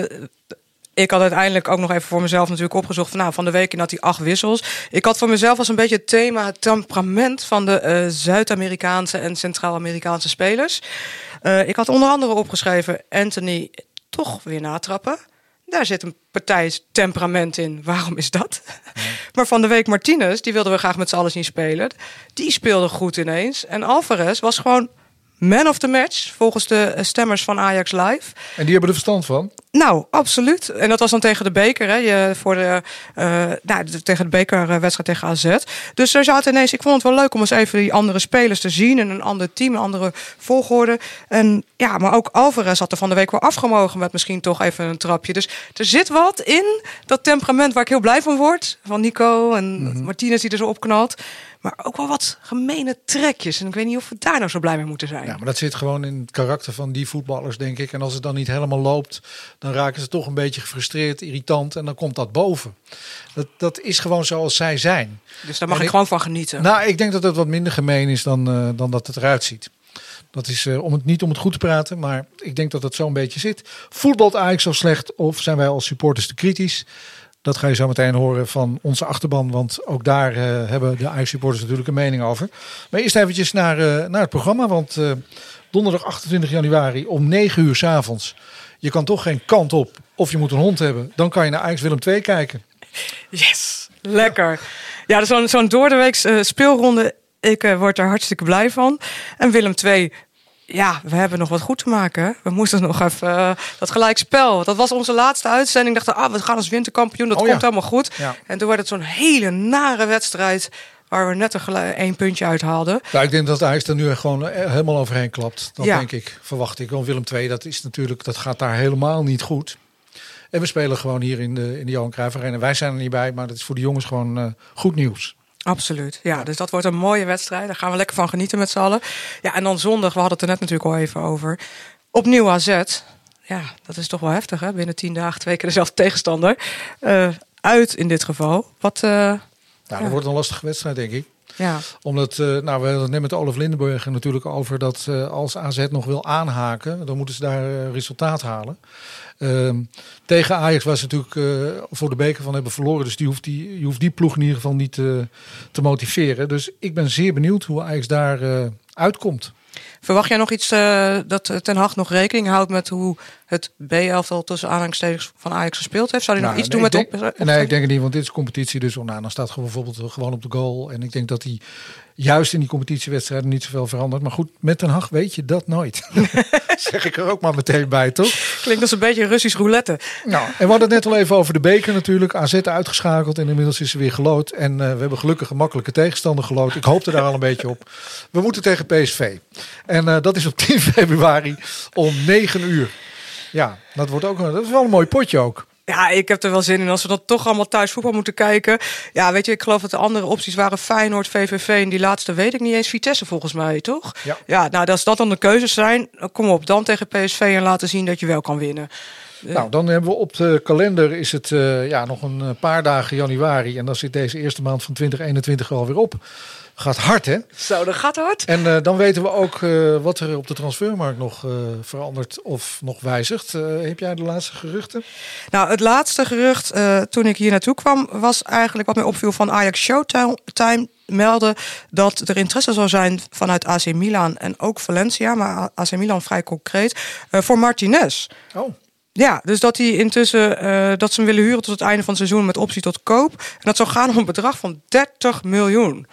ik had uiteindelijk ook nog even voor mezelf natuurlijk opgezocht van, nou, van de week had hij acht wissels. Ik had voor mezelf als een beetje het thema het temperament van de uh, Zuid-Amerikaanse en Centraal-Amerikaanse spelers. Uh, ik had onder andere opgeschreven Anthony toch weer natrappen. Daar zit een partijtemperament in. Waarom is dat? Ja. Maar van de week Martinez, die wilden we graag met z'n allen zien spelen. Die speelde goed ineens. En Alvarez was gewoon man of the match, volgens de stemmers van Ajax Live. En die hebben er verstand van? Nou, absoluut. En dat was dan tegen de beker, hè? Je, voor de, uh, nou, tegen de bekerwedstrijd tegen A Z. Dus er zaten ineens, ik vond het wel leuk om eens even die andere spelers te zien. En een ander team, een andere volgorde. En ja, maar ook Alvarez had er van de week wel afgemogen met misschien toch even een trapje. Dus er zit wat in dat temperament waar ik heel blij van word. Van Nico en mm-hmm. Martinez die er zo opknalt. Maar ook wel wat gemene trekjes. En ik weet niet of we daar nou zo blij mee moeten zijn. Ja, maar dat zit gewoon in het karakter van die voetballers, denk ik. En als het dan niet helemaal loopt, dan raken ze toch een beetje gefrustreerd, irritant. En dan komt dat boven. Dat, dat is gewoon zoals zij zijn. Dus daar mag ik, ik gewoon van genieten. Nou, ik denk dat het wat minder gemeen is dan, uh, dan dat het eruit ziet. Dat is uh, om het niet om het goed te praten, maar ik denk dat het zo'n beetje zit. Voetbalt Ajax zo slecht of zijn wij als supporters te kritisch? Dat ga je zo meteen horen van onze achterban. Want ook daar uh, hebben de Ajax-supporters natuurlijk een mening over. Maar eerst eventjes naar, uh, naar het programma. Want uh, donderdag achtentwintig januari om negen uur 's avonds. Je kan toch geen kant op of je moet een hond hebben. Dan kan je naar Ajax Willem twee kijken. Yes, lekker. Ja, dus zo'n, zo'n doordeweeks uh, speelronde. Ik uh, word daar hartstikke blij van. En Willem twee... Ja, we hebben nog wat goed te maken. We moesten nog even uh, dat gelijkspel. Dat was onze laatste uitzending. Dachten, ah, we gaan als winterkampioen. Dat oh, komt ja. helemaal goed. Ja. En toen werd het zo'n hele nare wedstrijd waar we net een gelijk, één puntje uit haalden. Nou, ik denk dat Ajax er nu gewoon helemaal overheen klapt. Dat ja. denk ik, verwacht ik. Want Willem twee, dat is natuurlijk, dat gaat daar helemaal niet goed. En we spelen gewoon hier in de, in de Johan Cruijff Arena. Wij zijn er niet bij, maar dat is voor de jongens gewoon uh, goed nieuws. Absoluut, ja. Dus dat wordt een mooie wedstrijd. Daar gaan we lekker van genieten met z'n allen. Ja, en dan zondag, we hadden het er net natuurlijk al even over. Opnieuw A Z. Ja, dat is toch wel heftig, hè? Binnen tien dagen twee keer dezelfde tegenstander. Uh, uit in dit geval. Wat, uh, nou, dat ja. wordt een lastige wedstrijd, denk ik. Ja. Omdat, uh, nou, we hadden het net met Olaf Lindenburg natuurlijk over dat uh, als A Z nog wil aanhaken, dan moeten ze daar uh, resultaat halen. Uh, tegen Ajax was ze natuurlijk uh, voor de beker van hebben verloren. Dus die hoeft die, je hoeft die ploeg in ieder geval niet uh, te motiveren. Dus ik ben zeer benieuwd hoe Ajax daar uh, uitkomt. Verwacht jij nog iets uh, dat Ten Hag nog rekening houdt met hoe het B-elftal tussen aanhalingstekens van Ajax gespeeld heeft? Zou hij nou, nog iets nee, doen met denk, op, op Nee, ik denk het niet, want dit is competitie. Dus nou, dan staat gewoon bijvoorbeeld gewoon op de goal. En ik denk dat hij juist in die competitiewedstrijden niet zoveel verandert. Maar goed, met Ten Hag weet je dat nooit. Zeg ik er ook maar meteen bij, toch? Klinkt als een beetje Russisch roulette. Nou, en we hadden het net al even over de beker natuurlijk. A Z uitgeschakeld en inmiddels is ze weer gelood. En uh, we hebben gelukkig een makkelijke tegenstander gelood. Ik hoopte daar al een beetje op. We moeten tegen P S V. En uh, dat is op tien februari om negen uur. Ja, dat wordt ook een, dat is wel een mooi potje ook. Ja, ik heb er wel zin in als we dan toch allemaal thuis voetbal moeten kijken. Ja, weet je, ik geloof dat de andere opties waren Feyenoord, V V V en die laatste weet ik niet eens. Vitesse volgens mij, toch? Ja. Ja, nou, als dat dan de keuzes zijn, kom op, dan tegen P S V en laten zien dat je wel kan winnen. Nou, dan hebben we op de kalender is het uh, ja, nog een paar dagen januari. En dan zit deze eerste maand van twintig eenentwintig er alweer op. Gaat hard, hè? Zo, dat gaat hard. En uh, dan weten we ook uh, wat er op de transfermarkt nog uh, verandert of nog wijzigt. Uh, heb jij de laatste geruchten? Nou, het laatste gerucht uh, toen ik hier naartoe kwam was eigenlijk wat mij opviel van Ajax Showtime melden dat er interesse zou zijn vanuit A C Milan en ook Valencia, maar A C Milan vrij concreet, uh, voor Martinez. Oh. Ja, dus dat hij intussen uh, dat ze hem willen huren tot het einde van het seizoen met optie tot koop. En dat zou gaan om een bedrag van dertig miljoen.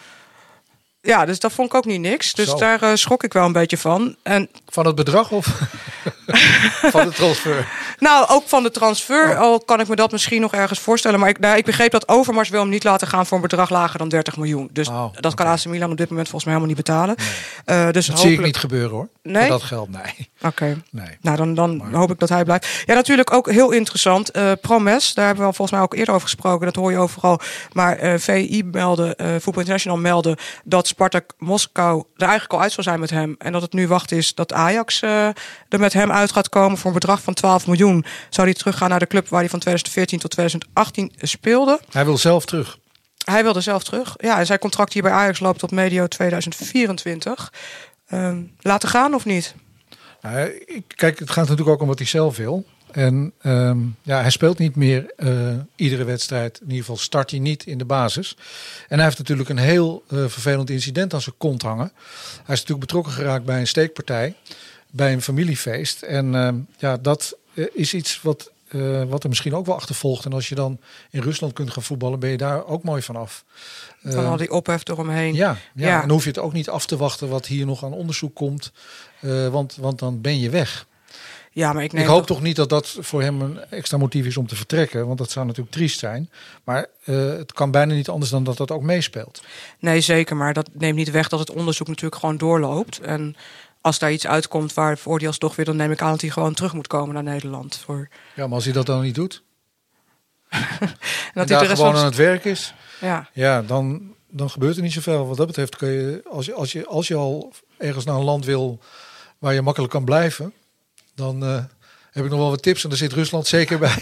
Ja, dus dat vond ik ook niet niks. Dus Zo. daar uh, schrok ik wel een beetje van. En van het bedrag of van de transfer? Nou, ook van de transfer. Oh. Al kan ik me dat misschien nog ergens voorstellen. Maar ik, nou, ik begreep dat Overmars wil hem niet laten gaan voor een bedrag lager dan dertig miljoen. Dus oh, dat okay. kan A C Milan op dit moment volgens mij helemaal niet betalen. Nee. Uh, dus dat hopelijk... zie ik niet gebeuren hoor. Nee? Voor dat geld, nee. Oké. Okay. Nee. Nou, dan, dan maar... hoop ik dat hij blijft. Ja, natuurlijk ook heel interessant. Uh, Promes, daar hebben we volgens mij ook eerder over gesproken. Dat hoor je overal. Maar uh, V I meldde, uh, Voetbal International meldde dat Spartak Moskou er eigenlijk al uit zou zijn met hem. En dat het nu wacht is dat Ajax uh, er met hem uit gaat komen voor een bedrag van twaalf miljoen. Zou hij teruggaan naar de club waar hij van twintig veertien tot twintig achttien speelde. Hij wil zelf terug. Hij wilde zelf terug. Ja, en zijn contract hier bij Ajax loopt tot medio tweeduizend vierentwintig. Um, laten gaan of niet? Nou, kijk, het gaat natuurlijk ook om wat hij zelf wil. En um, ja, hij speelt niet meer uh, iedere wedstrijd. In ieder geval start hij niet in de basis. En hij heeft natuurlijk een heel uh, vervelend incident aan zijn kont hangen. Hij is natuurlijk betrokken geraakt bij een steekpartij. Bij een familiefeest. En uh, ja, dat uh, is iets wat uh, wat er misschien ook wel achtervolgt. En als je dan in Rusland kunt gaan voetballen, ben je daar ook mooi van af. Van uh, al die ophef eromheen. Ja, ja, ja, en dan hoef je het ook niet af te wachten wat hier nog aan onderzoek komt. Uh, want, want dan ben je weg. Ja, maar ik, neem ik hoop toch... toch niet dat dat voor hem een extra motief is om te vertrekken. Want dat zou natuurlijk triest zijn. Maar uh, het kan bijna niet anders dan dat dat ook meespeelt. Nee, zeker. Maar dat neemt niet weg dat het onderzoek natuurlijk gewoon doorloopt. En als daar iets uitkomt waarvoor hij alsnog weer... dan neem ik aan dat hij gewoon terug moet komen naar Nederland. Voor... Ja, maar als hij dat dan niet doet... en dat hij daar gewoon aan het werk is... Ja, ja dan, dan gebeurt er niet zoveel. Wat dat betreft kun je als, je... als je als je al ergens naar een land wil... waar je makkelijk kan blijven... dan uh, heb ik nog wel wat tips. En daar zit Rusland zeker bij.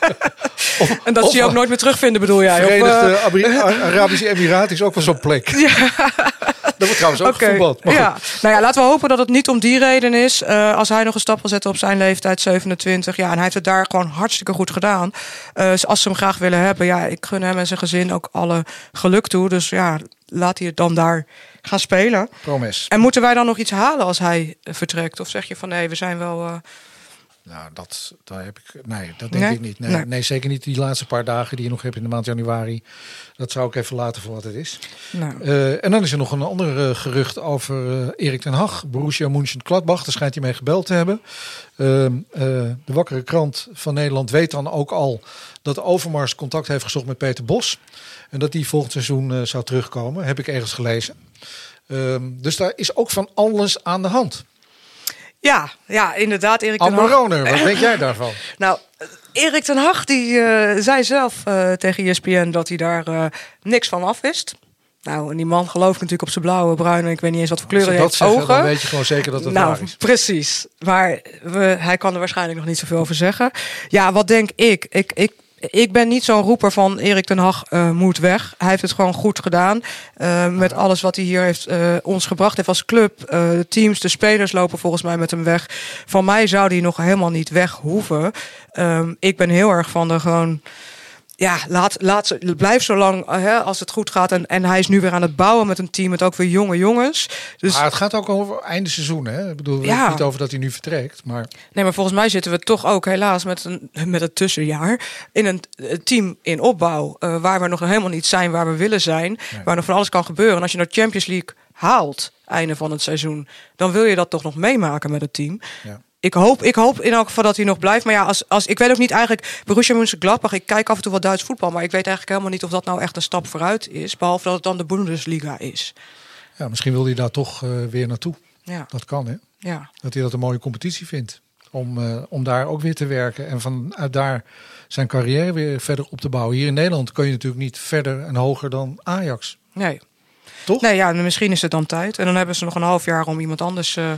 of, en dat of, ze je ook nooit meer terugvinden, bedoel jij? Verenigde of, uh... Arabische Emiraten is ook wel zo'n plek. Ja. Dat wordt trouwens ook okay. gevoetbald. Maar ja. Nou ja, laten we hopen dat het niet om die reden is. Uh, als hij nog een stap wil zetten op zijn leeftijd, zevenentwintig. Ja, en hij heeft het daar gewoon hartstikke goed gedaan. Uh, dus als ze hem graag willen hebben, ja, ik gun hem en zijn gezin ook alle geluk toe. Dus ja, laat hij het dan daar gaan spelen. Promes. En moeten wij dan nog iets halen als hij vertrekt? Of zeg je van nee, we zijn wel... Uh... Nou, dat, dat heb ik. Nee, dat denk nee? ik niet. Nee, nee. nee, zeker niet die laatste paar dagen die je nog hebt in de maand januari. Dat zou ik even laten voor wat het is. Nou. Uh, en dan is er nog een ander uh, gerucht over uh, Erik ten Hag. Borussia Mönchengladbach, daar schijnt hij mee gebeld te hebben. Uh, uh, de wakkere krant van Nederland weet dan ook al dat Overmars contact heeft gezocht met Peter Bos. En dat die volgend seizoen uh, zou terugkomen. Heb ik ergens gelezen. Uh, dus daar is ook van alles aan de hand. Ja, ja, inderdaad, Erik ten Hag. Amber Roner, wat denk jij daarvan? Nou, Erik ten Hag die uh, zei zelf uh, tegen E S P N dat hij daar uh, niks van af wist. Nou, en die man gelooft natuurlijk op zijn blauwe, bruine, ik weet niet eens wat voor kleuren hij heeft, zeggen, ogen. Dan weet je gewoon zeker dat het nou, waar is. Precies, maar we, hij kan er waarschijnlijk nog niet zoveel over zeggen. Ja, wat denk ik? Ik... ik Ik ben niet zo'n roeper van Erik ten Hag uh, moet weg. Hij heeft het gewoon goed gedaan. Uh, met alles wat hij hier heeft uh, ons gebracht heeft als club. Uh, de teams, de spelers lopen volgens mij met hem weg. Van mij zou hij nog helemaal niet weg hoeven. Um, ik ben heel erg van de gewoon... Ja, laat, laat, blijf zo lang uh, hè, als het goed gaat. En, en hij is nu weer aan het bouwen met een team met ook weer jonge jongens. Dus... Maar het gaat ook over einde seizoen, hè? Ik bedoel, ja. niet over dat hij nu vertrekt. Maar... Nee, maar volgens mij zitten we toch ook helaas met een, met een tussenjaar in een, een team in opbouw. Uh, waar we nog helemaal niet zijn waar we willen zijn. Nee. Waar nog van alles kan gebeuren. En als je nou Champions League haalt, einde van het seizoen, dan wil je dat toch nog meemaken met het team. Ja. Ik hoop, ik hoop in elk geval dat hij nog blijft. Maar ja, als, als, ik weet ook niet eigenlijk... Borussia Mönchengladbach, ik kijk af en toe wat Duits voetbal... maar ik weet eigenlijk helemaal niet of dat nou echt een stap vooruit is. Behalve dat het dan de Bundesliga is. Ja, misschien wil hij daar toch uh, weer naartoe. Ja. Dat kan, hè? Ja. Dat hij dat een mooie competitie vindt. Om, uh, om daar ook weer te werken. En vanuit daar zijn carrière weer verder op te bouwen. Hier in Nederland kun je natuurlijk niet verder en hoger dan Ajax. Nee. Toch? Nee, ja, misschien is het dan tijd. En dan hebben ze nog een half jaar om iemand anders... Uh,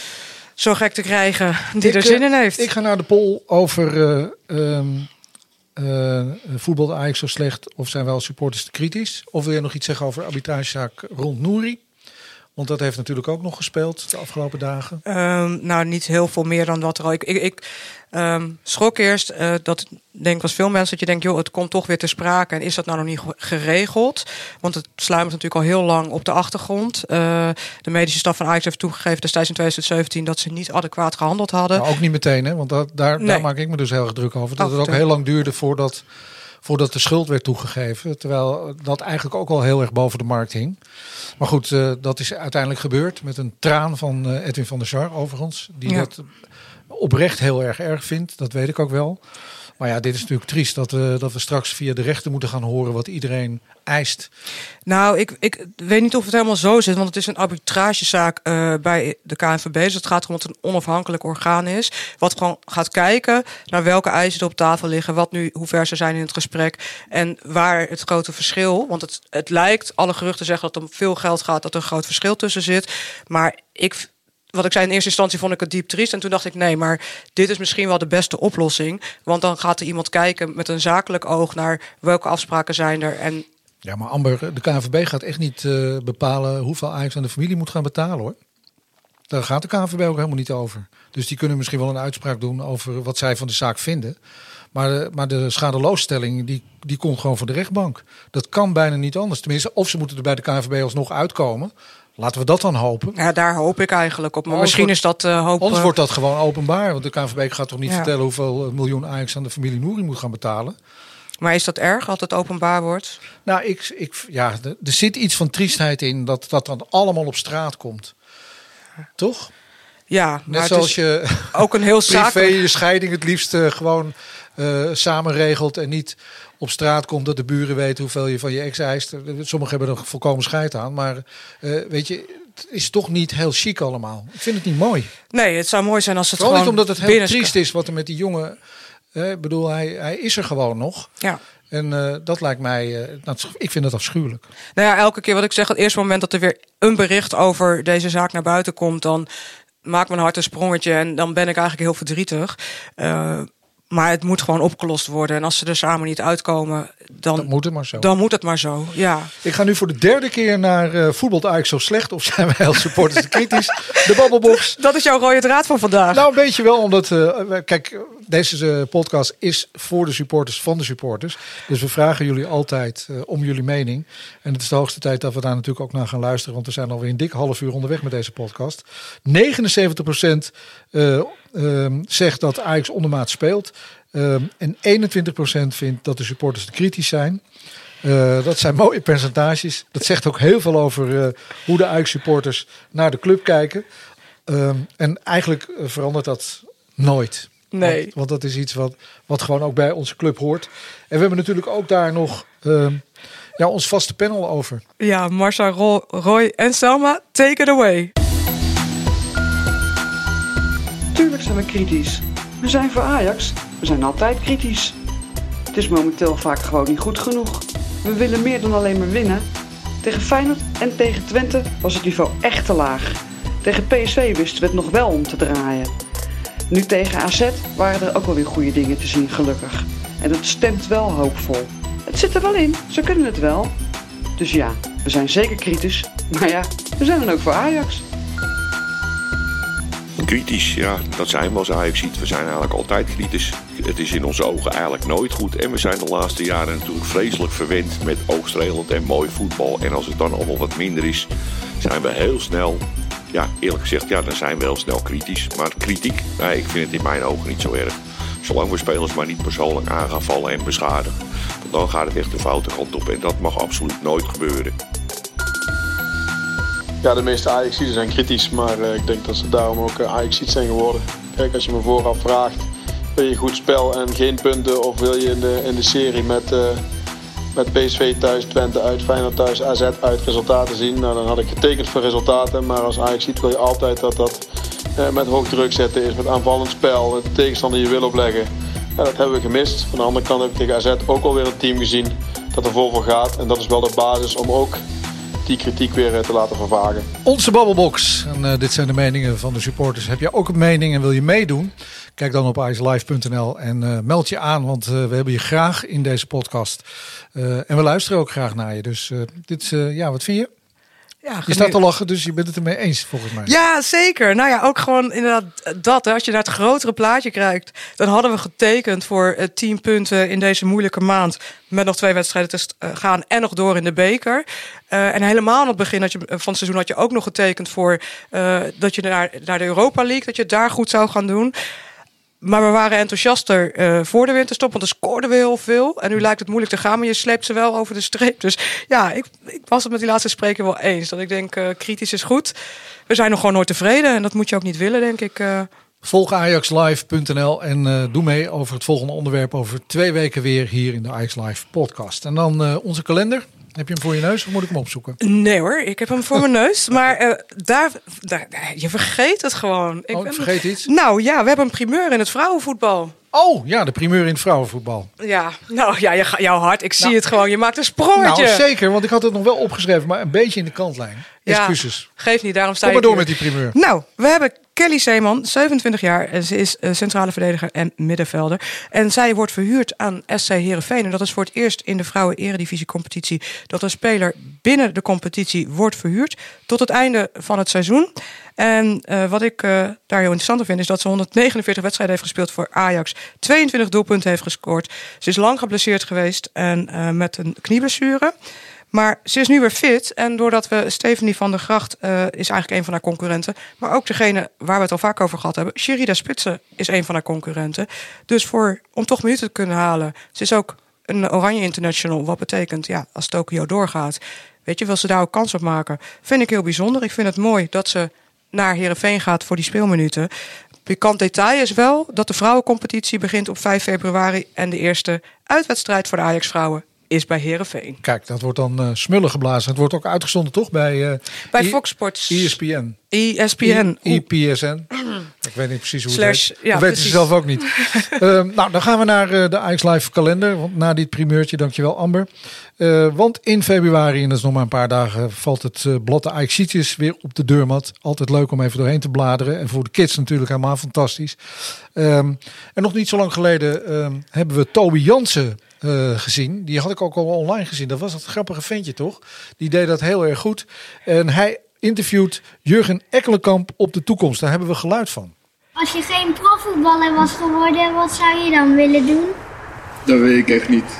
zo gek te krijgen die ik, er zin in heeft. Ik ga naar de poll over uh, um, uh, voetbal Ajax zo slecht of zijn wel supporters te kritisch. Of wil je nog iets zeggen over de arbitragezaak rond Nouri? Want dat heeft natuurlijk ook nog gespeeld de afgelopen dagen. Um, nou, niet heel veel meer dan wat er al... Ik, ik, ik um, schrok eerst, uh, dat denk ik als veel mensen... dat je denkt, joh, het komt toch weer te sprake. En is dat nou nog niet geregeld? Want het sluimert natuurlijk al heel lang op de achtergrond. Uh, de medische staf van Ajax heeft toegegeven destijds in twintig zeventien... dat ze niet adequaat gehandeld hadden. Nou, ook niet meteen, hè? Want dat, daar, nee. daar maak ik me dus heel erg druk over. Dat oh, het ook heel lang duurde voordat... voordat de schuld werd toegegeven. Terwijl dat eigenlijk ook al heel erg boven de markt hing. Maar goed, uh, dat is uiteindelijk gebeurd. Met een traan van uh, Edwin van der Sar overigens. Die ja. dat oprecht heel erg erg vindt. Dat weet ik ook wel. Maar ja, dit is natuurlijk triest dat we, dat we straks via de rechter moeten gaan horen wat iedereen eist. Nou, ik, ik weet niet of het helemaal zo zit, want het is een arbitragezaak uh, bij de K N V B. Dus het gaat erom dat het een onafhankelijk orgaan is. Wat gewoon gaat kijken naar welke eisen er op tafel liggen. Wat nu, hoe ver ze zijn in het gesprek. En waar het grote verschil. Want het, het lijkt, alle geruchten zeggen dat het om veel geld gaat, dat er een groot verschil tussen zit. Maar ik... Wat ik zei, in eerste instantie vond ik het diep triest. En toen dacht ik, nee, maar dit is misschien wel de beste oplossing. Want dan gaat er iemand kijken met een zakelijk oog naar welke afspraken zijn er. En... Ja, maar Amber, de K N V B gaat echt niet uh, bepalen hoeveel Ajax aan de familie moet gaan betalen, hoor. Daar gaat de K N V B ook helemaal niet over. Dus die kunnen misschien wel een uitspraak doen over wat zij van de zaak vinden. Maar de, maar de schadeloosstelling, die, die komt gewoon voor de rechtbank. Dat kan bijna niet anders. Tenminste, of ze moeten er bij de K N V B alsnog uitkomen. Laten we dat dan hopen. Ja, daar hoop ik eigenlijk op. Maar Anders misschien wordt, is dat uh, hoop... Anders uh, wordt dat gewoon openbaar. Want de K N V B gaat toch niet ja. vertellen hoeveel miljoen Ajax aan de familie Nouri moet gaan betalen. Maar is dat erg als het openbaar wordt? Nou, ik, ik, ja, er zit iets van triestheid in dat dat dan allemaal op straat komt. Toch? Ja, net zoals je ook een heel zakelijk... privé je scheiding het liefst uh, gewoon uh, samen regelt en niet op straat komt dat de buren weten hoeveel je van je ex eist. Sommigen hebben er volkomen scheid aan, maar uh, weet je, het is toch niet heel chic allemaal. Ik vind het niet mooi. Nee, het zou mooi zijn als het Vooral gewoon niet omdat het heel binnen... triest is wat er met die jongen. Ik uh, bedoel, hij, hij is er gewoon nog. Ja. En uh, dat lijkt mij, uh, dat, ik vind het afschuwelijk. Nou ja, elke keer wat ik zeg, het eerste moment dat er weer een bericht over deze zaak naar buiten komt, dan maakt mijn hart een sprongetje en dan ben ik eigenlijk heel verdrietig. Uh, maar het moet gewoon opgelost worden. En als ze er samen niet uitkomen, dan, dan moet het maar zo. Dan moet het maar zo, ja. Ik ga nu voor de derde keer naar uh, voetbalt eigenlijk zo slecht. Of zijn wij als supporters kritisch? De Babbelbox. Dat is jouw rode draad van vandaag. Nou, een beetje wel, omdat... Uh, kijk, deze uh, podcast is voor de supporters van de supporters. Dus we vragen jullie altijd uh, om jullie mening. En het is de hoogste tijd dat we daar natuurlijk ook naar gaan luisteren. Want we zijn alweer een dik half uur onderweg met deze podcast. negenenzeventig procent uh, uh, zegt dat Ajax ondermaat speelt. Uh, en eenentwintig procent vindt dat de supporters te kritisch zijn. Uh, dat zijn mooie percentages. Dat zegt ook heel veel over uh, hoe de Ajax-supporters naar de club kijken. Uh, en eigenlijk uh, verandert dat nooit. Nee. Want, want dat is iets wat, wat gewoon ook bij onze club hoort. En we hebben natuurlijk ook daar nog uh, ja, ons vaste panel over. Ja, Marcia, Ro- Roy en Selma, take it away. Tuurlijk zijn we kritisch. We zijn voor Ajax. We zijn altijd kritisch. Het is momenteel vaak gewoon niet goed genoeg. We willen meer dan alleen maar winnen. Tegen Feyenoord en tegen Twente was het niveau echt te laag. Tegen P S V wisten we het nog wel om te draaien. Nu tegen A Z waren er ook wel weer goede dingen te zien, gelukkig. En dat stemt wel hoopvol. Het zit er wel in, ze kunnen het wel. Dus ja, we zijn zeker kritisch. Maar ja, we zijn dan ook voor Ajax. Kritisch, ja, dat zijn we als Ajax ziet. We zijn eigenlijk altijd kritisch. Het is in onze ogen eigenlijk nooit goed. En we zijn de laatste jaren natuurlijk vreselijk verwend met oogstrelend en mooi voetbal. En als het dan allemaal wat minder is, zijn we heel snel, ja, eerlijk gezegd, ja, dan zijn we heel snel kritisch. Maar kritiek, nee, ik vind het in mijn ogen niet zo erg. Zolang we spelers maar niet persoonlijk aan gaan vallen en beschadigen. Want dan gaat het echt de foute kant op. En dat mag absoluut nooit gebeuren. Ja, de meeste Ajaxiden zijn kritisch, maar uh, ik denk dat ze daarom ook uh, Ajaxied zijn geworden. Kijk, als je me vooraf vraagt, wil je goed spel en geen punten of wil je in de, in de serie met, uh, met P S V thuis, Twente uit, Feyenoord thuis, A Z uit resultaten zien, nou, dan had ik getekend voor resultaten. Maar als Ajaxied wil je altijd dat dat uh, met hoog druk zetten is, met aanvallend spel, de tegenstander je wil opleggen. Ja, dat hebben we gemist. Van de andere kant heb ik tegen A Z ook alweer een team gezien dat er vol voor gaat. En dat is wel de basis om ook die kritiek weer te laten vervagen. Onze Babbelbox. En uh, dit zijn de meningen van de supporters. Heb je ook een mening en wil je meedoen? Kijk dan op ajaxlive punt n l en uh, meld je aan. Want uh, we hebben je graag in deze podcast. Uh, en we luisteren ook graag naar je. Dus uh, dit is, uh, ja, wat vind je? Ja, je staat te lachen, dus je bent het ermee eens volgens mij. Ja, zeker. Nou ja, ook gewoon inderdaad dat. Hè, als je naar het grotere plaatje kijkt, dan hadden we getekend voor uh, tien punten in deze moeilijke maand. Met nog twee wedstrijden te uh, gaan en nog door in de beker. Uh, en helemaal aan het begin had je, uh, van het seizoen had je ook nog getekend voor uh, dat je naar, naar de Europa League, dat je het daar goed zou gaan doen. Maar we waren enthousiaster uh, voor de winterstop, want er scoorden we heel veel. En nu lijkt het moeilijk te gaan, maar je sleept ze wel over de streep. Dus ja, ik, ik was het met die laatste spreker wel eens. Dat ik denk, uh, kritisch is goed. We zijn nog gewoon nooit tevreden en dat moet je ook niet willen, denk ik. Uh. Volg ajaxlive punt n l en uh, doe mee over het volgende onderwerp over twee weken weer hier in de Ajax Live podcast. En dan uh, onze kalender. Heb je hem voor je neus of moet ik hem opzoeken? Nee hoor, ik heb hem voor mijn neus. Maar uh, daar, daar, je vergeet het gewoon. Ik oh, ben vergeet iets? Nou ja, we hebben een primeur in het vrouwenvoetbal. Oh, ja, de primeur in het vrouwenvoetbal. Ja, nou ja, je, jouw hart, ik zie nou, het gewoon. Je maakt een sprongetje. Nou, zeker, want ik had het nog wel opgeschreven, maar een beetje in de kantlijn. Excuses. Ja, geeft niet, daarom sta Kom je maar door hier. met die primeur. Nou, we hebben Kelly Zeeman, zevenentwintig jaar. En ze is uh, centrale verdediger en middenvelder. En zij wordt verhuurd aan S C Heerenveen. En dat is voor het eerst in de vrouwen-eredivisie-competitie dat een speler binnen de competitie wordt verhuurd tot het einde van het seizoen. En uh, wat ik uh, daar heel interessant vind, is dat ze honderdnegenenveertig wedstrijden heeft gespeeld voor Ajax. tweeëntwintig doelpunten heeft gescoord. Ze is lang geblesseerd geweest en uh, met een knieblessure. Maar ze is nu weer fit. En doordat we Stephanie van der Gracht uh, is eigenlijk een van haar concurrenten. Maar ook degene waar we het al vaak over gehad hebben. Sherida Spitsen is een van haar concurrenten. Dus voor, om toch minuten te kunnen halen. Ze is ook een Oranje International. Wat betekent, ja, als Tokio doorgaat. Weet je, wil ze daar ook kans op maken. Vind ik heel bijzonder. Ik vind het mooi dat ze naar Heerenveen gaat voor die speelminuten. Pikant detail is wel dat de vrouwencompetitie begint op vijf februari... en de eerste uitwedstrijd voor de Ajax-vrouwen is bij Heerenveen. Kijk, dat wordt dan uh, smullen geblazen. Het wordt ook uitgezonden, toch? Bij, uh, bij I- Fox Sports. E S P N. E S P N. E P S N. Ik weet niet precies hoe Slash, het heet. ja, dat weten ze zelf ook niet. uh, nou, dan gaan we naar uh, de Ajax Live kalender. Want na dit primeurtje, dankjewel Amber. Uh, want in februari, en dat is nog maar een paar dagen... valt het uh, blad de Ajaxietjes weer op de deurmat. Altijd leuk om even doorheen te bladeren. En voor de kids natuurlijk helemaal fantastisch. Um, en nog niet zo lang geleden um, hebben we Toby Jansen... Uh, gezien. Die had ik ook al online gezien. Dat was dat grappige ventje, toch? Die deed dat heel erg goed. En hij interviewt Jurgen Ekkelenkamp op de toekomst. Daar hebben we geluid van. Als je geen profvoetballer was geworden, wat zou je dan willen doen? Dat weet ik echt niet.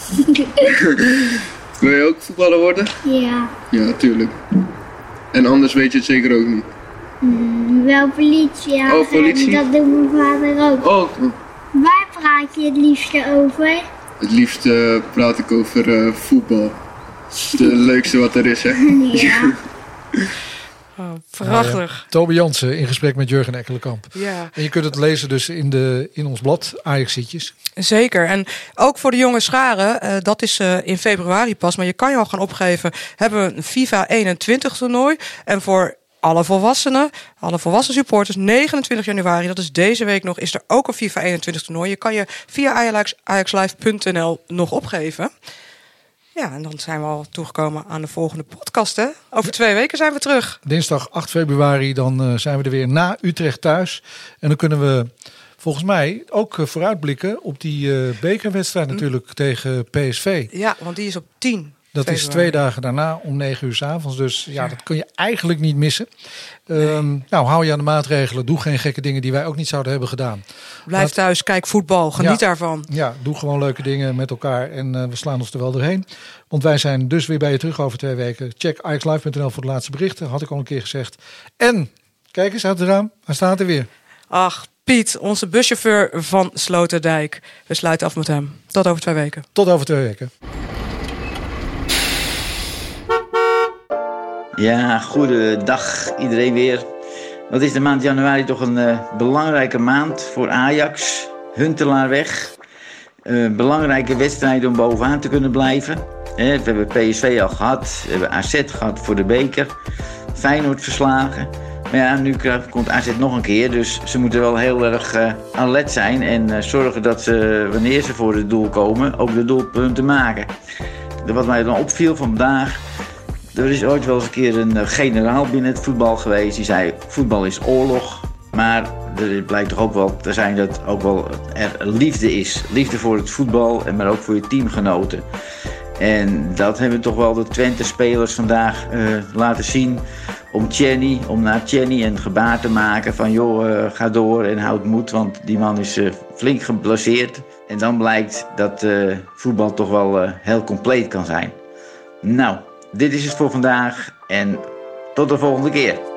Wil je ook voetballer worden? Ja. Ja, natuurlijk. En anders weet je het zeker ook niet. Hmm, wel politie. Ja. Oh, politie? Dat doet mijn vader ook. Oh. Waar praat je het liefste over? Het liefst uh, praat ik over uh, voetbal. Dat is het leukste wat er is, hè? Ja. Oh, prachtig. Ja, ja. Toby Jansen in gesprek met Jurgen Ekkelenkamp. Ja. En je kunt het lezen dus in, de, in ons blad, Ajaxietjes. Zeker. En ook voor de jonge scharen, uh, dat is uh, in februari pas. Maar je kan je al gaan opgeven. Hebben we een FIFA eenentwintig toernooi. En voor alle volwassenen, alle volwassen supporters, negenentwintig januari, dat is deze week nog, is er ook een FIFA eenentwintig toernooi. Je kan je via Ajax, ajaxlive punt n l nog opgeven. Ja, en dan zijn we al toegekomen aan de volgende podcast, hè? Over twee weken zijn we terug. Dinsdag acht februari, dan uh, zijn we er weer na Utrecht thuis. En dan kunnen we volgens mij ook uh, vooruitblikken op die uh, bekerwedstrijd natuurlijk tegen P S V. Ja, want die is op tien. Dat februari. is twee dagen daarna om negen uur 's avonds. Dus ja, ja, dat kun je eigenlijk niet missen. Um, nee. Nou, hou je aan de maatregelen. Doe geen gekke dingen die wij ook niet zouden hebben gedaan. Blijf Laat... thuis, kijk voetbal, geniet ja, daarvan. Ja, doe gewoon leuke dingen met elkaar. En uh, we slaan ons er wel doorheen. Want wij zijn dus weer bij je terug over twee weken. Check ajaxlive punt n l voor de laatste berichten. Had ik al een keer gezegd. En, kijk eens uit het raam. Hij staat er weer. Ach, Piet, onze buschauffeur van Sloterdijk. We sluiten af met hem. Tot over twee weken. Tot over twee weken. Ja, goedendag iedereen weer. Wat is de maand januari toch een uh, belangrijke maand voor Ajax. Huntelaarweg. Uh, belangrijke wedstrijden om bovenaan te kunnen blijven. Eh, we hebben P S V al gehad. We hebben A Z gehad voor de beker. Feyenoord verslagen. Maar ja, nu komt A Z nog een keer. Dus ze moeten wel heel erg uh, alert zijn. En uh, zorgen dat ze, wanneer ze voor het doel komen, ook de doelpunten maken. Wat mij dan opviel vandaag. Er is ooit wel eens een keer een generaal binnen het voetbal geweest. Die zei, voetbal is oorlog. Maar er blijkt toch ook wel te zijn dat ook wel er liefde is. Liefde voor het voetbal, maar ook voor je teamgenoten. En dat hebben toch wel de Twente-spelers vandaag uh, laten zien. Om Tjenny, om naar Tjenny een gebaar te maken van joh, uh, ga door en houd moed. Want die man is uh, flink geblesseerd. En dan blijkt dat uh, voetbal toch wel uh, heel compleet kan zijn. Nou, dit is het voor vandaag en tot de volgende keer.